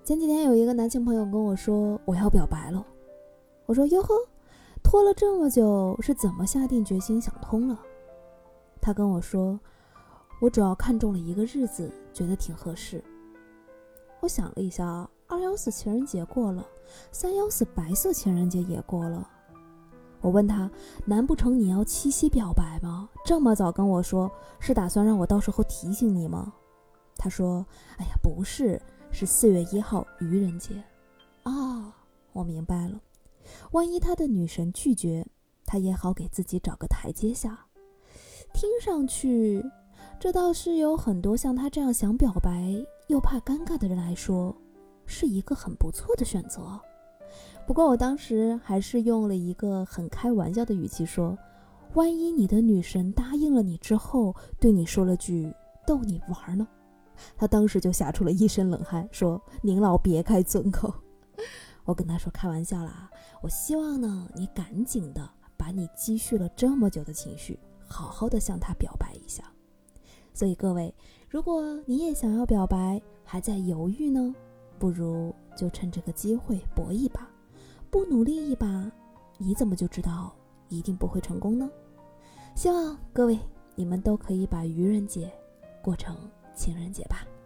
前几天有一个男性朋友跟我说我要表白了，我说哟呵，拖了这么久是怎么下定决心想通了？他跟我说，我主要看中了一个日子，觉得挺合适。我想了一下，214情人节过了，314白色情人节也过了。我问他，难不成你要7夕表白吗？这么早跟我说，是打算让我到时候提醒你吗？他说，哎呀，不是，是4月1号愚人节。我明白了，万一他的女神拒绝，他也好给自己找个台阶下。听上去，这倒是有很多像他这样想表白又怕尴尬的人来说，是一个很不错的选择。不过我当时还是用了一个很开玩笑的语气说，万一你的女神答应了你之后，对你说了句逗你玩呢？他当时就吓出了一身冷汗，说您老别开尊口。我跟他说开玩笑啦，我希望呢你赶紧的把你积蓄了这么久的情绪好好的向他表白一下。所以各位，如果你也想要表白还在犹豫呢，不如就趁这个机会搏一把，不努力一把，你怎么就知道一定不会成功呢？希望各位你们都可以把愚人节过成情人节吧。